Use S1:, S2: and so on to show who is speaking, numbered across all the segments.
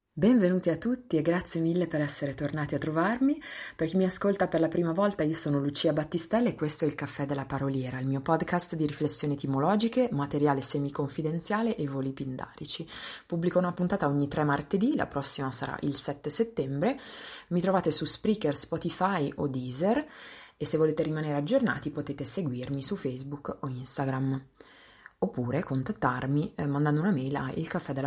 S1: Benvenuti a tutti e grazie mille per essere tornati a trovarmi. Per chi mi ascolta per la prima volta, io sono Lucia Battistella e questo è il Caffè della Paroliera, il mio podcast di riflessioni etimologiche, materiale semi-confidenziale e voli pindarici. Pubblico una puntata ogni 3 martedì, la prossima sarà il 7 settembre. Mi trovate su Spreaker, Spotify o Deezer e se volete rimanere aggiornati potete seguirmi su Facebook o Instagram. Oppure contattarmi mandando una mail a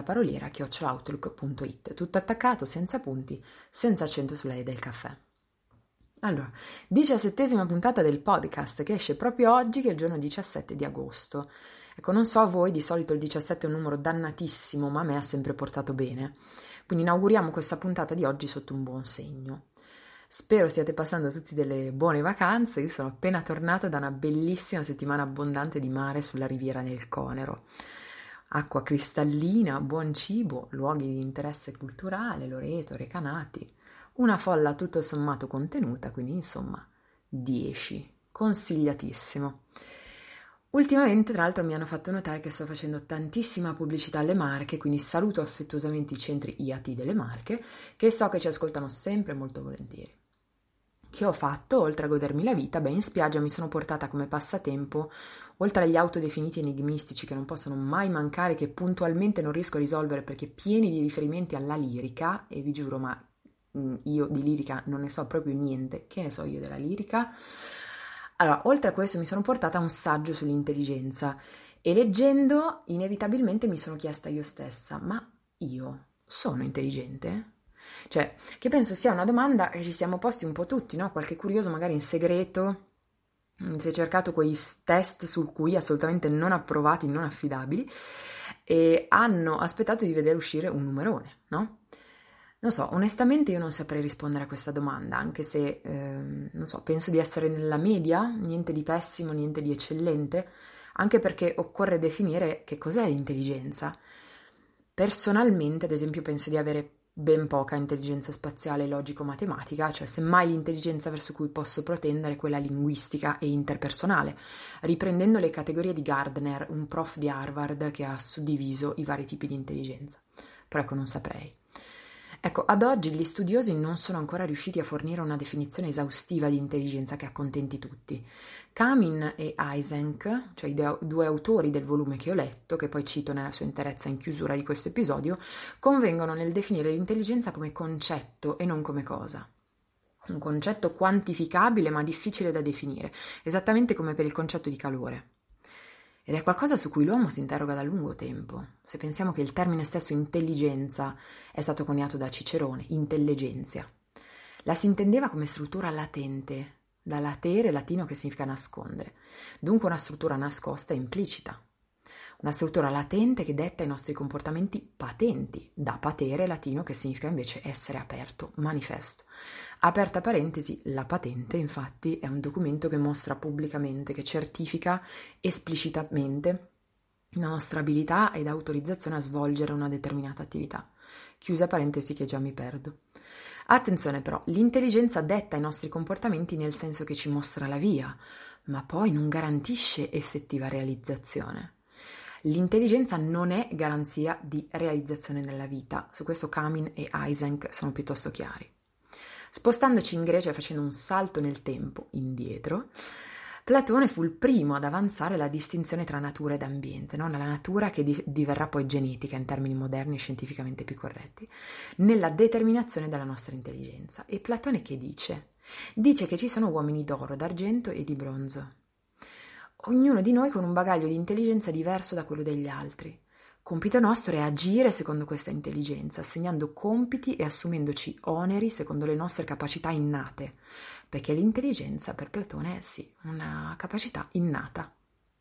S1: ilcaffedellaparoliera@outlook.it, tutto attaccato, senza punti, senza accento sulla E del caffè. Allora, 17ª puntata del podcast che esce proprio oggi, che è il giorno 17 di agosto. Ecco, non so a voi, di solito il 17 è un numero dannatissimo, ma a me ha sempre portato bene. Quindi inauguriamo questa puntata di oggi sotto un buon segno. Spero stiate passando tutti delle buone vacanze. Io sono appena tornata da una bellissima settimana abbondante di mare sulla riviera del Conero. Acqua cristallina, buon cibo, luoghi di interesse culturale, Loreto, Recanati, una folla tutto sommato contenuta, quindi insomma 10, consigliatissimo. Ultimamente, tra l'altro, mi hanno fatto notare che sto facendo tantissima pubblicità alle Marche, quindi saluto affettuosamente i centri IAT delle Marche, che so che ci ascoltano sempre molto volentieri. Che ho fatto, oltre a godermi la vita? Beh, in spiaggia mi sono portata come passatempo, oltre agli autodefiniti enigmistici che non possono mai mancare, che puntualmente non riesco a risolvere perché pieni di riferimenti alla lirica, e vi giuro, ma io di lirica non ne so proprio niente, che ne so io della lirica? Allora, oltre a questo mi sono portata un saggio sull'intelligenza e leggendo inevitabilmente mi sono chiesta io stessa, ma io sono intelligente? Cioè, che penso sia una domanda che ci siamo posti un po' tutti, no? Qualche curioso magari in segreto si è cercato quei test sul QI assolutamente non approvati, non affidabili e hanno aspettato di vedere uscire un numerone, no? Non so, onestamente io non saprei rispondere a questa domanda, anche se, non so, penso di essere nella media, niente di pessimo, niente di eccellente, anche perché occorre definire che cos'è l'intelligenza. Personalmente, ad esempio, penso di avere ben poca intelligenza spaziale e logico-matematica, cioè semmai l'intelligenza verso cui posso protendere è quella linguistica e interpersonale, riprendendo le categorie di Gardner, un prof di Harvard che ha suddiviso i vari tipi di intelligenza. Però ecco, non saprei. Ecco, ad oggi gli studiosi non sono ancora riusciti a fornire una definizione esaustiva di intelligenza che accontenti tutti. Kamin e Eysenck, cioè i due autori del volume che ho letto, che poi cito nella sua interezza in chiusura di questo episodio, convengono nel definire l'intelligenza come concetto e non come cosa. Un concetto quantificabile ma difficile da definire, esattamente come per il concetto di calore. Ed è qualcosa su cui l'uomo si interroga da lungo tempo. Se pensiamo che il termine stesso intelligenza è stato coniato da Cicerone, intelligenzia, la si intendeva come struttura latente, da latere latino che significa nascondere, dunque una struttura nascosta e implicita. Una struttura latente che detta i nostri comportamenti patenti, da patere latino che significa invece essere aperto, manifesto. Aperta parentesi, la patente infatti è un documento che mostra pubblicamente, che certifica esplicitamente la nostra abilità ed autorizzazione a svolgere una determinata attività. Chiusa parentesi che già mi perdo. Attenzione però, l'intelligenza detta i nostri comportamenti nel senso che ci mostra la via, ma poi non garantisce effettiva realizzazione. L'intelligenza non è garanzia di realizzazione nella vita, su questo Kamin e Eysenck sono piuttosto chiari. Spostandoci in Grecia e facendo un salto nel tempo, indietro, Platone fu il primo ad avanzare la distinzione tra natura ed ambiente, no? La natura che diverrà poi genetica in termini moderni e scientificamente più corretti, nella determinazione della nostra intelligenza. E Platone che dice? Dice che ci sono uomini d'oro, d'argento e di bronzo. Ognuno di noi con un bagaglio di intelligenza diverso da quello degli altri. Compito nostro è agire secondo questa intelligenza, assegnando compiti e assumendoci oneri secondo le nostre capacità innate, perché l'intelligenza per Platone è sì una capacità innata.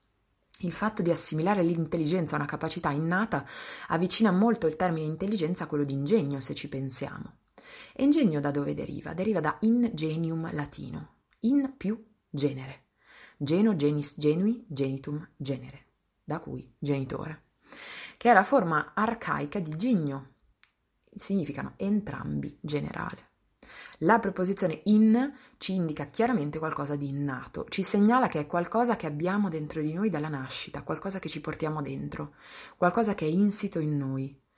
S1: Il fatto di assimilare l'intelligenza a una capacità innata avvicina molto il termine intelligenza a quello di ingegno, se ci pensiamo. E ingegno da dove deriva? Deriva da ingenium latino, in più genere. Geno, genis, genui, genitum, genere, da cui genitore, che è la forma arcaica di gigno, significano entrambi generale. La preposizione in ci indica chiaramente qualcosa di innato, ci segnala che è qualcosa che abbiamo dentro di noi dalla nascita, qualcosa che ci portiamo dentro, qualcosa che è insito in noi.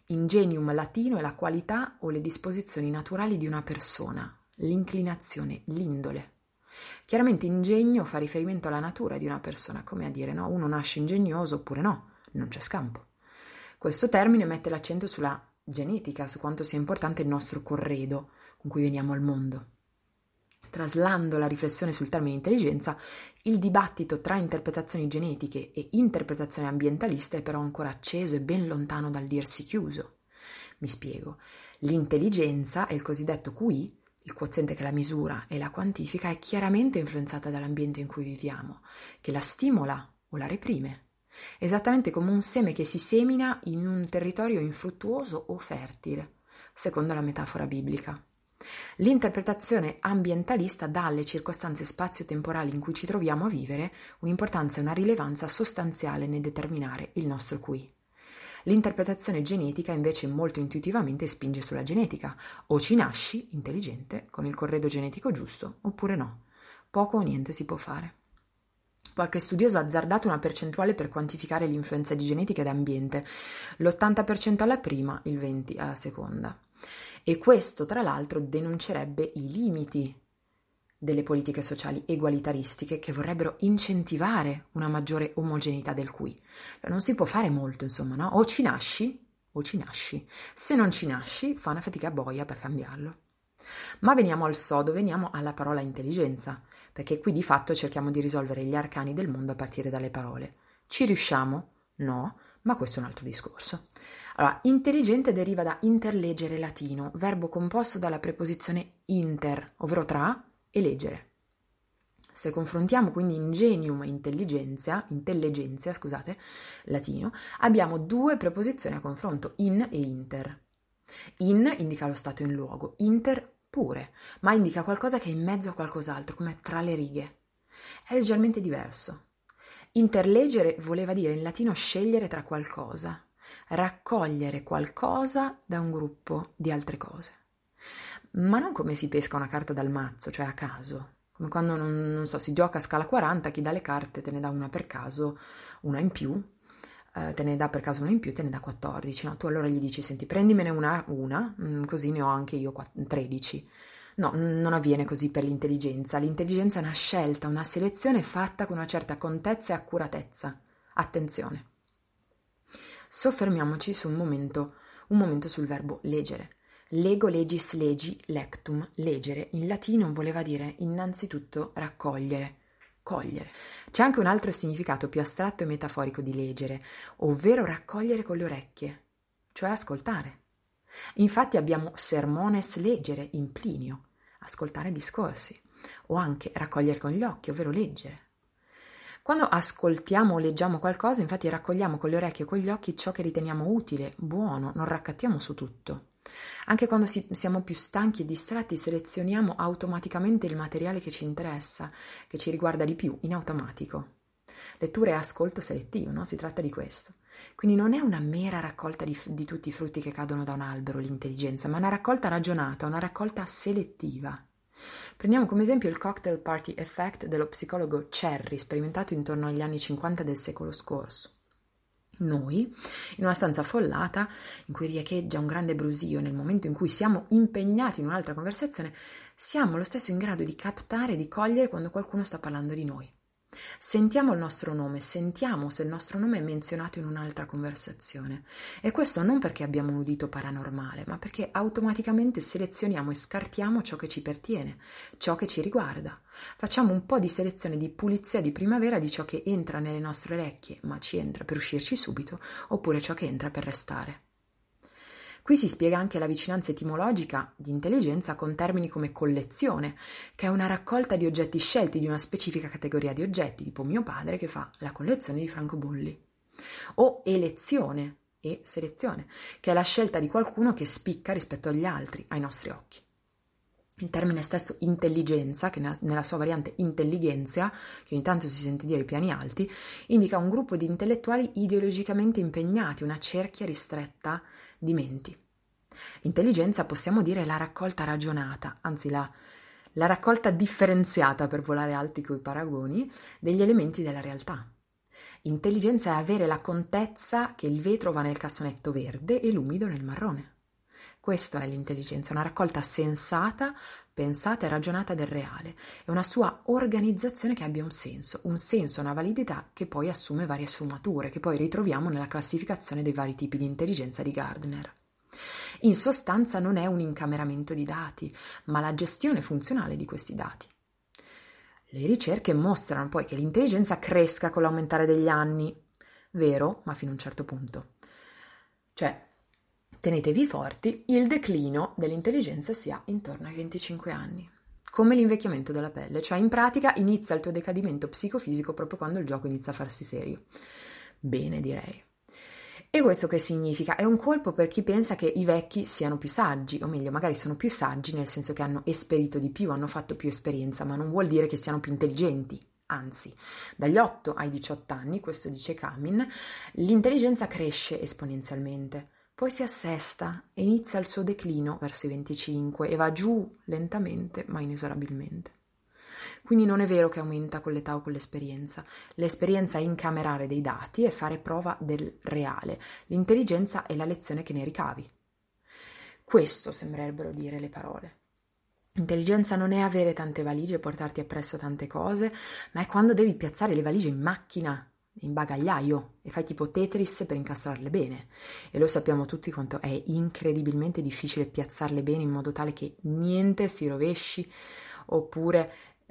S1: Ingenium latino è la qualità o le disposizioni naturali di una persona, l'inclinazione, l'indole. Chiaramente ingegno fa riferimento alla natura di una persona, come a dire, no, uno nasce ingegnoso oppure no, non c'è scampo. Questo termine mette l'accento sulla genetica, su quanto sia importante il nostro corredo con cui veniamo al mondo. Traslando la riflessione sul termine intelligenza, il dibattito tra interpretazioni genetiche e interpretazioni ambientaliste è però ancora acceso e ben lontano dal dirsi chiuso. Mi spiego. L'intelligenza è il cosiddetto QI, il quoziente che la misura e la quantifica, è chiaramente influenzata dall'ambiente in cui viviamo, che la stimola o la reprime. Esattamente come un seme che si semina in un territorio infruttuoso o fertile, secondo la metafora biblica. L'interpretazione ambientalista dà alle circostanze spazio-temporali in cui ci troviamo a vivere un'importanza e una rilevanza sostanziale nel determinare il nostro QI. L'interpretazione genetica invece molto intuitivamente spinge sulla genetica, o ci nasci intelligente con il corredo genetico giusto oppure no. Poco o niente si può fare. Qualche studioso ha azzardato una percentuale per quantificare l'influenza di genetica ed ambiente, l'80% alla prima, il 20% alla seconda. E questo, tra l'altro, denuncerebbe i limiti delle politiche sociali egualitaristiche che vorrebbero incentivare una maggiore omogeneità del QI. Non si può fare molto, insomma, no? O ci nasci o ci nasci. Se non ci nasci, fa una fatica boia per cambiarlo. Ma veniamo al sodo, veniamo alla parola intelligenza, perché qui di fatto cerchiamo di risolvere gli arcani del mondo a partire dalle parole. Ci riusciamo? No, ma questo è un altro discorso. Allora, intelligente deriva da interleggere latino, verbo composto dalla preposizione inter, ovvero tra, e leggere. Se confrontiamo quindi ingenium e intelligenza, latino, abbiamo due preposizioni a confronto, in e inter. In indica lo stato in luogo, inter pure, ma indica qualcosa che è in mezzo a qualcos'altro, come tra le righe. È leggermente diverso. Interleggere voleva dire in latino scegliere tra qualcosa, raccogliere qualcosa da un gruppo di altre cose. Ma non come si pesca una carta dal mazzo, cioè a caso. Come quando, non so, si gioca a scala 40, chi dà le carte te ne dà una per caso, una in più, te ne dà per caso una in più, te ne dà 14, no? Tu allora gli dici, senti, prendimene una, così ne ho anche io 13. No, non avviene così per l'intelligenza. L'intelligenza è una scelta, una selezione fatta con una certa contezza e accuratezza. Attenzione. Soffermiamoci su un momento sul verbo leggere. Lego, legis, legi, lectum, leggere, in latino voleva dire innanzitutto raccogliere, cogliere. C'è anche un altro significato più astratto e metaforico di leggere, ovvero raccogliere con le orecchie, cioè ascoltare. Infatti abbiamo sermones leggere in Plinio, ascoltare discorsi, o anche raccogliere con gli occhi, ovvero leggere. Quando ascoltiamo o leggiamo qualcosa, infatti raccogliamo con le orecchie e con gli occhi ciò che riteniamo utile, buono, non raccattiamo su tutto. Anche quando siamo più stanchi e distratti, selezioniamo automaticamente il materiale che ci interessa, che ci riguarda di più, in automatico. Lettura e ascolto selettivo, no? Si tratta di questo. Quindi non è una mera raccolta di tutti i frutti che cadono da un albero, l'intelligenza, ma una raccolta ragionata, una raccolta selettiva. Prendiamo come esempio il cocktail party effect dello psicologo Cherry, sperimentato intorno agli anni 50 del secolo scorso. Noi, in una stanza affollata, in cui riecheggia un grande brusio, nel momento in cui siamo impegnati in un'altra conversazione, siamo lo stesso in grado di captare e di cogliere quando qualcuno sta parlando di noi. Sentiamo il nostro nome, sentiamo se il nostro nome è menzionato in un'altra conversazione. E questo non perché abbiamo un udito paranormale, ma perché automaticamente selezioniamo e scartiamo ciò che ci pertiene, ciò che ci riguarda. Facciamo un po' di selezione, di pulizia di primavera di ciò che entra nelle nostre orecchie, ma ci entra per uscirci subito, oppure ciò che entra per restare. Qui si spiega anche la vicinanza etimologica di intelligenza con termini come collezione, che è una raccolta di oggetti scelti di una specifica categoria di oggetti, tipo mio padre che fa la collezione di francobolli. O elezione e selezione, che è la scelta di qualcuno che spicca rispetto agli altri, ai nostri occhi. Il termine stesso intelligenza, che nella sua variante intelligenzia, che ogni tanto si sente dire ai piani alti, indica un gruppo di intellettuali ideologicamente impegnati, una cerchia ristretta di menti. Intelligenza possiamo dire la raccolta ragionata, anzi la raccolta differenziata, per volare alti coi paragoni, degli elementi della realtà. Intelligenza è avere la contezza che il vetro va nel cassonetto verde e l'umido nel marrone. Questo è l'intelligenza, una raccolta sensata, pensata e ragionata del reale. È una sua organizzazione che abbia un senso, una validità che poi assume varie sfumature, che poi ritroviamo nella classificazione dei vari tipi di intelligenza di Gardner. In sostanza non è un incameramento di dati, ma la gestione funzionale di questi dati. Le ricerche mostrano poi che l'intelligenza cresca con l'aumentare degli anni. Vero, ma fino a un certo punto. Cioè, tenetevi forti, il declino dell'intelligenza si ha intorno ai 25 anni. Come l'invecchiamento della pelle, cioè in pratica inizia il tuo decadimento psicofisico proprio quando il gioco inizia a farsi serio. Bene, direi. E questo che significa? È un colpo per chi pensa che i vecchi siano più saggi, o meglio, magari sono più saggi nel senso che hanno esperito di più, hanno fatto più esperienza, ma non vuol dire che siano più intelligenti. Anzi, dagli 8 ai 18 anni, questo dice Kamin, l'intelligenza cresce esponenzialmente, poi si assesta e inizia il suo declino verso i 25 e va giù lentamente ma inesorabilmente. Quindi non è vero che aumenta con l'età o con l'esperienza. L'esperienza è incamerare dei dati e fare prova del reale. L'intelligenza è la lezione che ne ricavi. Questo sembrerebbero dire le parole. Intelligenza non è avere tante valigie e portarti appresso tante cose, ma è quando devi piazzare le valigie in macchina, in bagagliaio, e fai tipo Tetris per incastrarle bene. E lo sappiamo tutti quanto è incredibilmente difficile piazzarle bene in modo tale che niente si rovesci oppure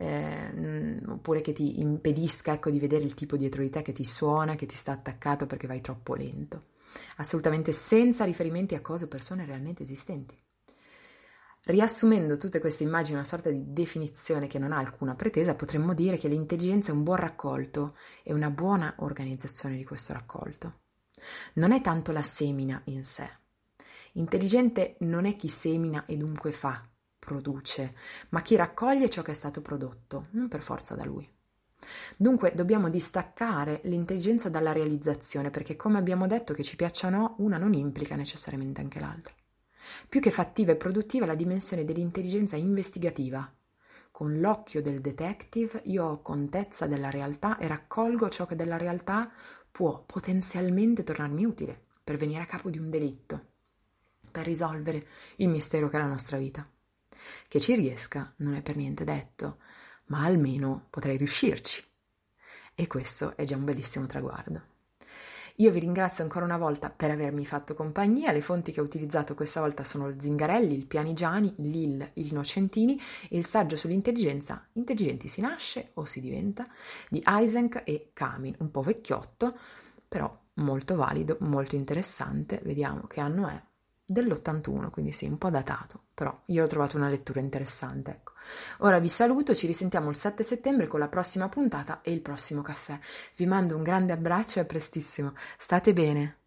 S1: che ti impedisca, ecco, di vedere il tipo dietro di te che ti suona, che ti sta attaccato perché vai troppo lento. Assolutamente senza riferimenti a cose o persone realmente esistenti. Riassumendo tutte queste immagini in una sorta di definizione che non ha alcuna pretesa, potremmo dire che l'intelligenza è un buon raccolto e una buona organizzazione di questo raccolto. Non è tanto la semina in sé. Intelligente non è chi semina e dunque produce, ma chi raccoglie ciò che è stato prodotto, non per forza da lui. Dunque dobbiamo distaccare l'intelligenza dalla realizzazione, perché come abbiamo detto, che ci piaccia o no, una non implica necessariamente anche l'altra. Più che fattiva e produttiva, la dimensione dell'intelligenza è investigativa. Con l'occhio del detective io ho contezza della realtà e raccolgo ciò che della realtà può potenzialmente tornarmi utile per venire a capo di un delitto, per risolvere il mistero che è la nostra vita. Che ci riesca non è per niente detto, ma almeno potrei riuscirci. E questo è già un bellissimo traguardo. Io vi ringrazio ancora una volta per avermi fatto compagnia. Le fonti che ho utilizzato questa volta sono il Zingarelli, il Pianigiani, l'Ill, il Nocentini e il saggio sull'intelligenza Intelligenti si nasce o si diventa di Eysenck e Kamin, un po' vecchiotto, però molto valido, molto interessante. Vediamo che anno è. Dell'81, quindi sì, un po' datato, però io ho trovato una lettura interessante, ecco. Ora vi saluto, ci risentiamo il 7 settembre con la prossima puntata e il prossimo caffè. Vi mando un grande abbraccio e a prestissimo. State bene!